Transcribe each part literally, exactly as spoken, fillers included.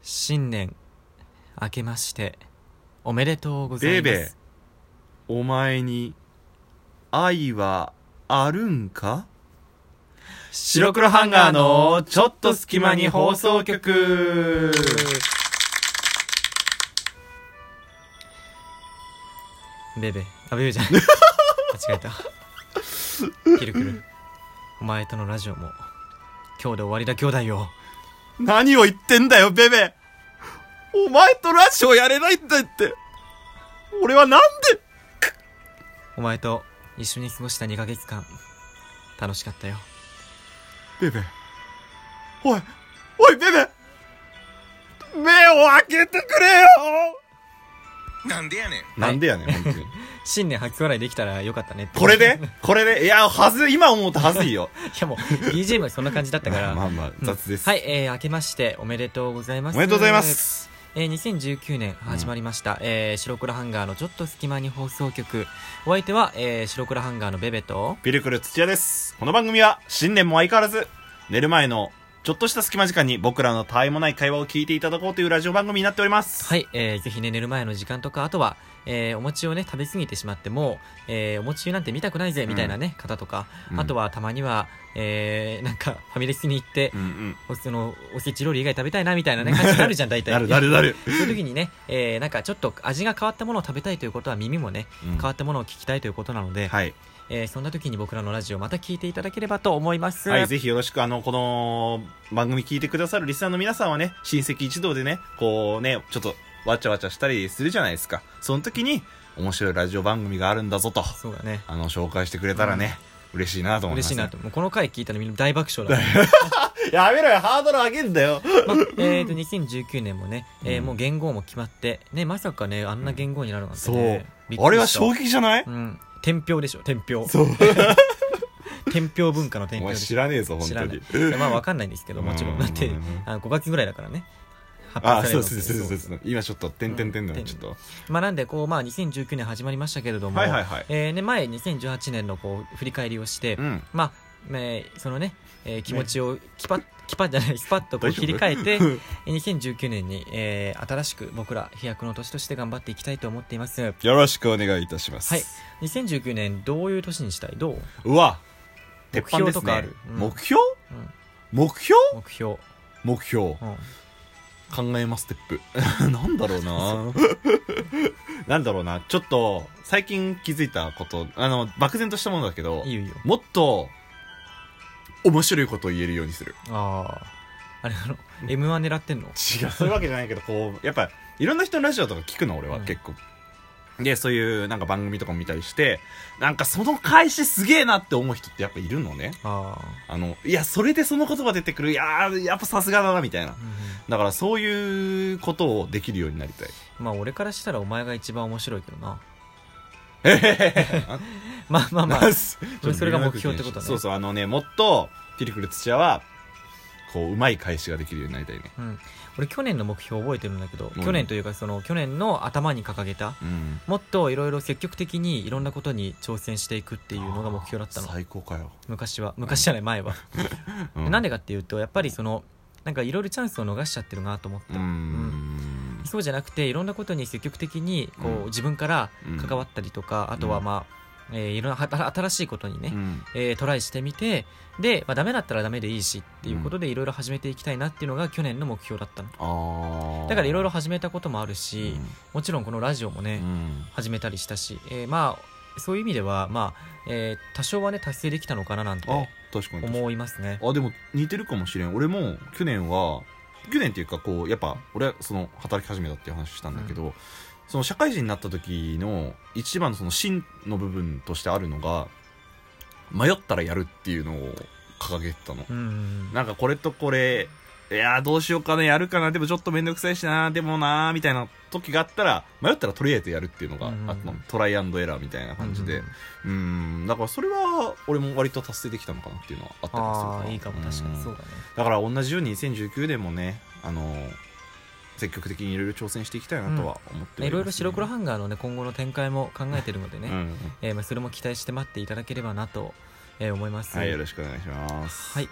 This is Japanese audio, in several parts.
新年明けましておめでとうございます。 ベベ、お前に愛はあるんか。白黒ハンガーのちょっと隙間に放送局。 ベベ、あ、ベベじゃない間違えた。キルクル、お前とのラジオも今日で終わりだ兄弟よ。 何を言ってんだよベベ、お前とラジオやれないんだって。俺はなんで。 お前と一緒に過ごしたにかげつかん楽しかったよ。 ベベ、おいおいベベ、目を開けてくれよ。 なんでやねん。 なんでやねん本当に。 新年初笑いできたらよかったねって。 これでこれでいやはず今思うとはずいよ。 いやもう ビージーエム はそんな感じだったからまあまあ雑です、 うん、はい、えー、明けましておめでとうございます。 おめでとうございます。 えー、にせんじゅうきゅうねん始まりました、うん、えー、白黒ハンガーのちょっと隙間に放送局。お相手は、えー、白黒ハンガーのベベとピルクル土屋です。この番組は新年も相変わらず寝る前のちょっとした隙間時間に僕らのたわいもない会話を聞いていただこうというラジオ番組になっております。 はい、えー、ぜひね寝る前の時間とか、あとは、えー、お餅をね食べ過ぎてしまっても、えー、お餅なんて見たくないぜみたいなね、うん、方とか、うん、あとはたまには、えー、なんかファミレスに行って、うんうん、おそのおせち料理以外食べたいなみたいなね感じになるじゃん大体。 なるなるなる。 そういう時にね、えー、なんかちょっと味が変わったものを食べたいということは耳もね、うん、変わったものを聞きたいということなので、はい、えー、そんな時に僕らのラジオまた聞いていただければと思います。 はい、ぜひよろしく。あのこの番組聞いてくださるリスナーの皆さんはね、親戚一同でねこうねちょっとわちゃわちゃしたりするじゃないですか。その時に面白いラジオ番組があるんだぞと、 そうだね、 あの紹介してくれたらね、うん、嬉しいなと思います、ね、 嬉しいなと。もうこの回聞いたらみんな大爆笑だ、ね、 やめろよ、ハードル上げんだよ。 まえーとにせんじゅうきゅうねんもね、えー、もう元号も決まってね、まさかねあんな元号になるなんてね、 うん、そうあれは衝撃じゃない？ うん、天平でしょ天平。 そう天平文化の天平でしょ。 お前知らねえぞ本当に。 いやまあわかんないんですけど、もちろんだってあのごがつぐらいだからね。 ああそうそうそうそう、今ちょっと点々点々ちょっと、 まあなんでこうまあにせんじゅうきゅうねん始まりましたけれども、 はいはいはい、 えーね前にせんじゅうはちねんのこう振り返りをして、うん、まあ、えー、そのね、えー、気持ちをキパッキパッじゃないスパッとこう切り替えてにせんじゅうきゅうねんに、えー、新しく僕ら飛躍の年として頑張っていきたいと思っています。 よろしくお願いいたします。 はい、にせんじゅうきゅうねんどういう年にしたい？どう？ うわ目標とかある？ うん、目標、うん、目標目標目標、うん、考えますステップ。なんだろうななんだろうなちょっと最近気づいたこと、あの漠然としたものだけど、 いいよいいよ、 もっと面白いことを言えるようにする。 あああれあの エムワン 狙ってんの？ 違う、そういうわけじゃないけど、こうやっぱいろんな人のラジオとか聞くの俺は、うん、結構でそういうなんか番組とかも見たりして、なんかその返しすげえなって思う人ってやっぱいるのね。 ああのいやそれでその言葉出てくる、いやーやっぱさすがだなみたいな、うん、だからそういうことをできるようになりたい。 まあ俺からしたらお前が一番面白いけどな。 えへへまあまあまあそれが目標ってことね。 そうそう、あのねもっとピリクル土屋はこううまい返しができるようになりたいね。 うん、俺去年の目標覚えてるんだけど、うん、去年というかその去年の頭に掲げた、うん、もっといろいろ積極的にいろんなことに挑戦していくっていうのが目標だったの。 最高かよ。 昔は昔じゃない前は、うん、なんでかっていうとやっぱりそのなんかいろいろチャンスを逃しちゃってるなと思った。うん、うん、そうじゃなくていろんなことに積極的にこう、うん、自分から関わったりとか、うん、あとはまあえー、いろんな新しいことにね、うん、えー、トライしてみて、で、まあ、ダメだったらダメでいいしっていうことでいろいろ始めていきたいなっていうのが去年の目標だったの。あだからいろいろ始めたこともあるし、うん、もちろんこのラジオもね、うん、始めたりしたし、えー、まあそういう意味では、まあえー、多少はね達成できたのかななんて思いますね。 あでも似てるかもしれん。俺も去年は去年っていうかこうやっぱ俺はその働き始めたっていう話したんだけど、うん、その社会人になった時の一番のその芯の部分としてあるのが迷ったらやるっていうのを掲げてたの、うんうん、なんかこれとこれいやーどうしようかなやるかなでもちょっとめんどくさいしなでもなーみたいな時があったら迷ったらとりあえずやるっていうのがあったの、うんうん、トライアンドエラーみたいな感じで、うん、うんだからそれは俺も割と達成できたのかなっていうのはあったりするかな。 あいいかも確かにそうだね。 だから同じようににせんじゅうきゅうねんもねあのー積極的にいろいろ挑戦していきたいなとは思っています、ね、 いろいろ白黒ハンガーの、ね、今後の展開も考えているのでね、うんうんえーまあ、それも期待して待っていただければなと、えー、思います。 はい、よろしくお願いします。 はい、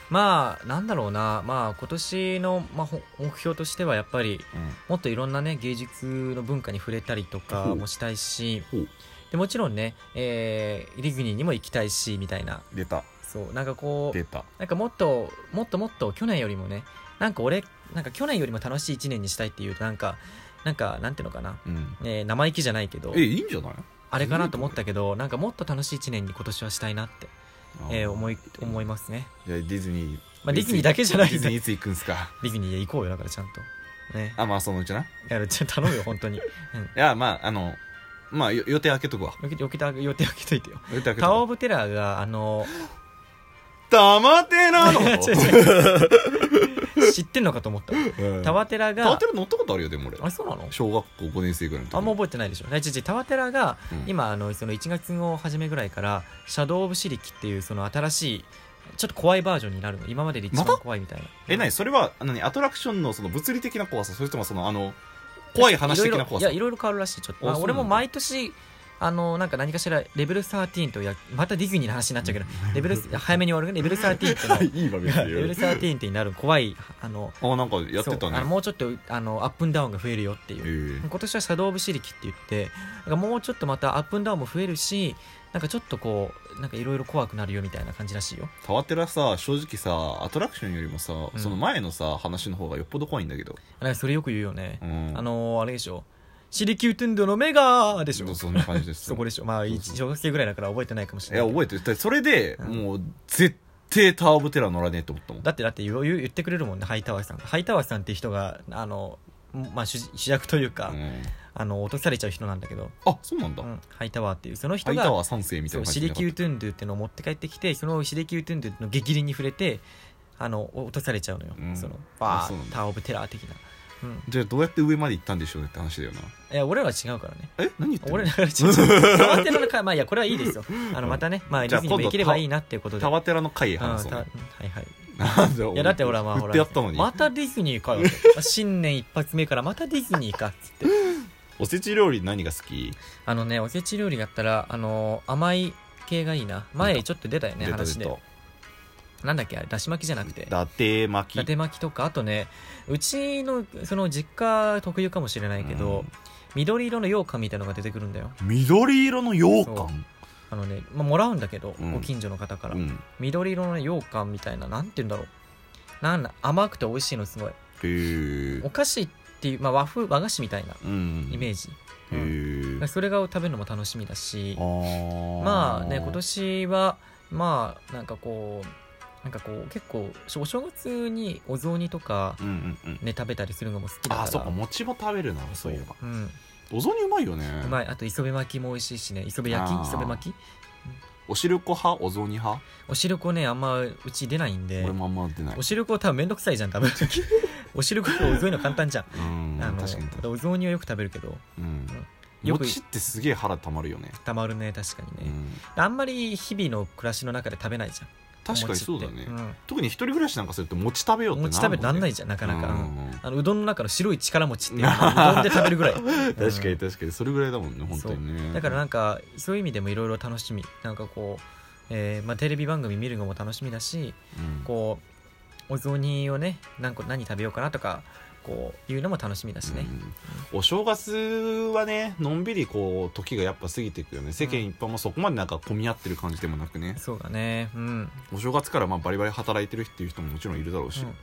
まあなんだろうな、まあ今年の、まあ、ほ目標としてはやっぱりもっといろんなね芸術の文化に触れたりとかもしたいし、 ほうでもちろんね、えーディズニーにも行きたいしみたいな、 出たそうなんかこう出たなんかもっともっともっと去年よりもね、なんか俺なんか去年よりも楽しいいちねんにしたいっていうとなんかなんかなんていうのかな、 うんえー生意気じゃないけどえいいんじゃないあれかなと思ったけど、なんかもっと楽しいいちねんに今年はしたいなって、えー思い思いますね。 いやディズニーまあディズニーだけじゃないディズニーいつ行くんすかディズニーへ行こうよだからちゃんとね。 あまあそのうちないやちょっと頼むよ本当に。うん、 やまああのまあよ予定開けとくわよけよけた予定開けといてよ。 予定開けとくタワーオブテラーがあのタマテラの違う違う知ってんのかと思った。 うんタワテラがタワテラ乗ったことあるよでも俺あそうなの。 小学校ごねん生ぐらいの時あんま覚えてないでしょ。違う違うタワテラが、 うん今あのそのいちがつの初めぐらいからシャドウ・オブ・シリキっていうその新しいちょっと怖いバージョンになるの。今までで一番また怖いみたいな。 え何それは何アトラクションのその物理的な怖さそれともそのあの怖い話的な怖さいやいろいろ変わるらしい。ちょっと、まあ、 あそうなんだ俺も毎年あのなんか何かしらレベルじゅうさんとやまたディズニーの話になっちゃうけどレベル早めに終わるね。レベルじゅうさんってのいいわ別レベルじゅうさんってになる怖いあのあなんかやってたそうあねのもうちょっとあのアップンダウンが増えるよっていえう、 ー今年はシャドウ・オブ・シリキって言ってなんかもうちょっとまたアップンダウンも増えるしなんかちょっとこうなんかいろいろ怖くなるよみたいな感じらしいよ。 タワテラさ正直さアトラクションよりもさ、 うんその前のさ話の方がよっぽど怖いんだけど、 なんかそれよく言うよね、 うん、 あのー、あれでしょシリキュートゥンドのメガーでしょ。 そんな感じですそこでしょ。まあそうそう小学生ぐらいだから覚えてないかもしいれないけどや覚えてるそれで、 うんもう絶対タワーオブテラー乗らねえと思ったもんだってだって言う言ってくれるもんね。ハイタワーさんハイタワーさんっていう人があの、まあ、主, 主役というか、 うんあの落とされちゃう人なんだけど、 あそうなんだ、 うん、ハイタワーっていうその人ハイがタワー三世みたいそうな感シリキューじじゃなかっトゥンドゥっていうのを持って帰ってきてそのシリキュートゥンドゥの激鱗に触れてあの落とされちゃうのよ、 うんそのバあそうなんだータワーオブテラー的な、うん、 たじゃあどうやって上まで行ったんでしょうねって話だよないや俺らは違うからね。 え何言ってんの俺らは違うタワテラの回まあいやこれはいいですよ。あのまたねまあデじゃあィズニーも行ければいいなっていうことでタワテラの回うん話そう、 たねはいはい。 なんでいやだってほらまあほら振ってやったのに、 またディズニーかよ新年一発目からまたディズニーかっつっておせち料理何が好きあのねおせち料理だったらあの甘い系がいいな。前ちょっと出たよね出た話で出たなんだっけあれだし巻きじゃなくて伊達巻き伊達巻きとかあとねうちのその実家特有かもしれないけど、 うん緑色の羊羹みたいなのが出てくるんだよ。 緑色の羊そう羹あのね、まあ、もらうんだけど、 うんご近所の方から、 うん緑色の、ね、羊羹みたいななんて言うんだろうなんだ甘くて美味しいのすごいへえお菓子っていう、まあ、和風和菓子みたいなうんイメージ、 へうんえそれが食べるのも楽しみだしあーまあね今年はまあなんかこうなんかこう結構お正月にお雑煮とかうんうんうんね食べたりするのも好きだからあそっか餅も食べるなそういえばうん、 お雑煮うまいよねうまい。あと磯辺巻きも美味しいしね。磯辺焼あーき磯辺巻きおしるこ派お雑煮派お汁粉ねあんまうち出ないんで俺もあんま出ないお汁粉多分めんどくさいじゃん食べるときお汁粉お雑煮の簡単じゃん、 うんあの確かにお雑煮はよく食べるけどうんよく餅ってすげえ腹たまるよねたまるね確かにね、 うんあんまり日々の暮らしの中で食べないじゃん。 確かにそうだねお餅ってうん特に一人暮らしなんかすると餅食べようってお餅食べてなんないじじゃんなかなか、 うんうんあのうどんの中の白い力餅っていうのをうどんで食べるぐらい確かにうん確かにそれぐらいだもんね本当にねだからなんかそういう意味でもいろいろ楽しみなんかこう、えーまあ、テレビ番組見るのも楽しみだしうんこうお雑煮をね何個何食べようかなとかこういうのも楽しみだしね、 うんお正月はねのんびりこう時がやっぱ過ぎていくよね世間一般もそこまでなんか混み合ってる感じでもなくねそうだねうん、 お正月からまあバリバリ働いてるっていう人ももちろんいるだろうし、 うん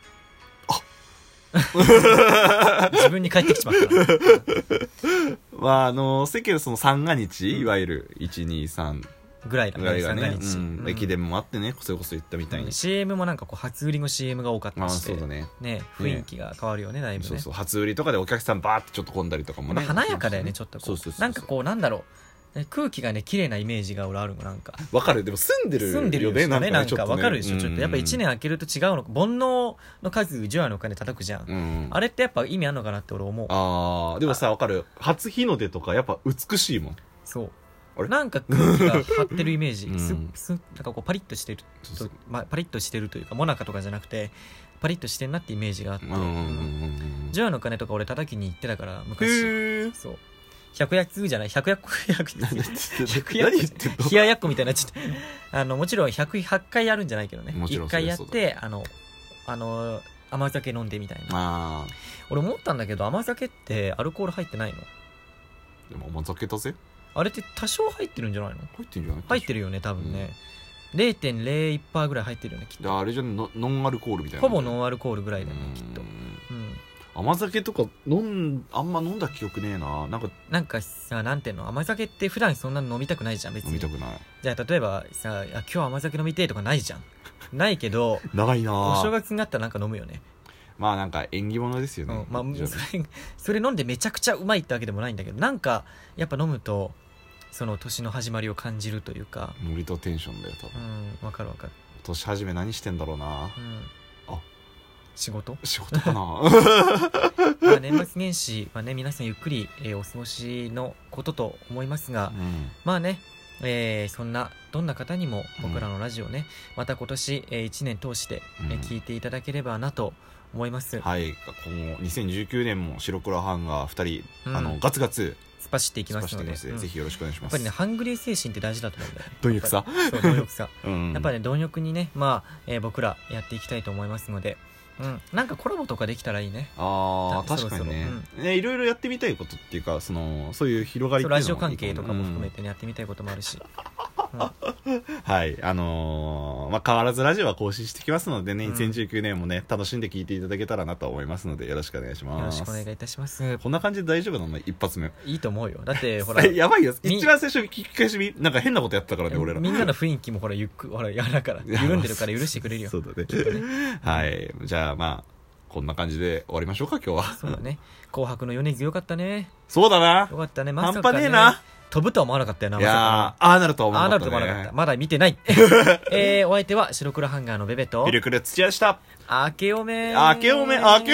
自分に返ってきちまったまああの世間その三が日いわゆるいちにさんぐらいだぐらいがね、 三が日うんうん駅伝もあってねそれこそ言ったみたいに、 シーエム もなんかこう初売りの シーエム が多かったあありしてそうだねね雰囲気が変わるよねだいぶねそうそう初売りとかでお客さんバーってちょっと混んだりとかもねまあ華やかだよねちょっとこそうそうそうそううなんかこうなんだろうね空気がね綺麗なイメージが俺あるのなんかわかるでも住んでるよね住んでるよねなんかなんかわかるでしょちょっとやっぱいちねんん空けると違うの煩悩の数除夜の鐘叩くじゃん、 うんあれってやっぱ意味あるのかなって俺思うあーでもさわかる初日の出とかやっぱ美しいもんそうあれなんか空気が張ってるイメージ、 うんすすなんかこうパリッとしてるそうそうと、まあ、パリッとしてるというかモナカとかじゃなくてパリッとしてんなってイメージがあって、 うんうんうんうん除夜の鐘とか俺叩きに行ってたから昔へえそう百薬じゃない百薬百何言百何言ってんの冷ややっこみたいになっちゃったあのもちろんひゃくはちかいやるんじゃないけどねもちろんいっかいやっそりてあのあの甘酒飲んでみたいなあ俺思ったんだけど甘酒ってアルコール入ってないのーでも甘酒だぜあれって多少入ってるんじゃないの入ってんじゃない入ってるよね多分ね、うん、れいてんれいいちパーセント ぐらい入ってるよねきっとであれじゃノノンアルコールみたいなほぼノンアルコールぐらいだよねきっとうんうん甘酒とか飲んあんま飲んだ記憶ねえななんかなんかさなんていうの甘酒って普段そんな飲みたくないじゃん別に飲みたくないじゃあ例えばさあ今日甘酒飲みてえとかないじゃんないけどないなお正月になったらなんか飲むよねまあなんか縁起物ですよね、 うんまあ、 じゃそれそれ飲んでめちゃくちゃうまいってわけでもないんだけどなんかやっぱ飲むとその年の始まりを感じるというかノリとテンションだよ多う分、 んわかるわかる、 年始め何してんだろうなうん、 あ仕事仕事かなまあ年末年始はね皆さんゆっくり、えーお過ごしのことと思いますが、 うんまあね、えーそんなどんな方にも僕らのラジオね、また今年、えー、いちねん通して、えーうん聞いていただければなと思います、 はい今後にせんじゅうきゅうねんも白黒ハンガーふたり、 うんあのガツガツ突っ走っていき突っますので、 走っていきますので、 うんぜひよろしくお願いしますやっぱりねハングリー精神って大事だと思うんだよね貪欲さやっぱりそう貪欲さうんやっぱりね貪欲にねまあ、えー僕らやっていきたいと思いますので、うん、なんかコラボとかできたらいいねあーた確かにねそろねいろいろやってみたいことっていうかそのそういう広がりそうっていうのもラジオ関係とかも含めうんてねやってみたいこともあるし、うんはいあのーまあ変わらずラジオは更新してきますのでね、 うんにせんじゅうきゅうねんもね楽しんで聞いていただけたらなと思いますのでよろしくお願いしますよろしくお願いいたしますこんな感じで大丈夫なの一発目いいと思うよだってほらやばいよみ一番最初聞き返しみなんか変なことやってたからね俺らみんなの雰囲気もほらゆっくほらやだから緩んでるから許してくれるよそうだねきっとねはいじゃあまあこんな感じで終わりましょうか今日はそうだね紅白の米津よかったねそうだなよかったねまさか半端ねえな飛ぶとは思わなかったよないやーまああなるとは思さかああなるとわなかったね思わなかったまだ見てないえー、お相手は白黒ハンガーのベベとミルクル土屋でした明けおめ明けおめ明け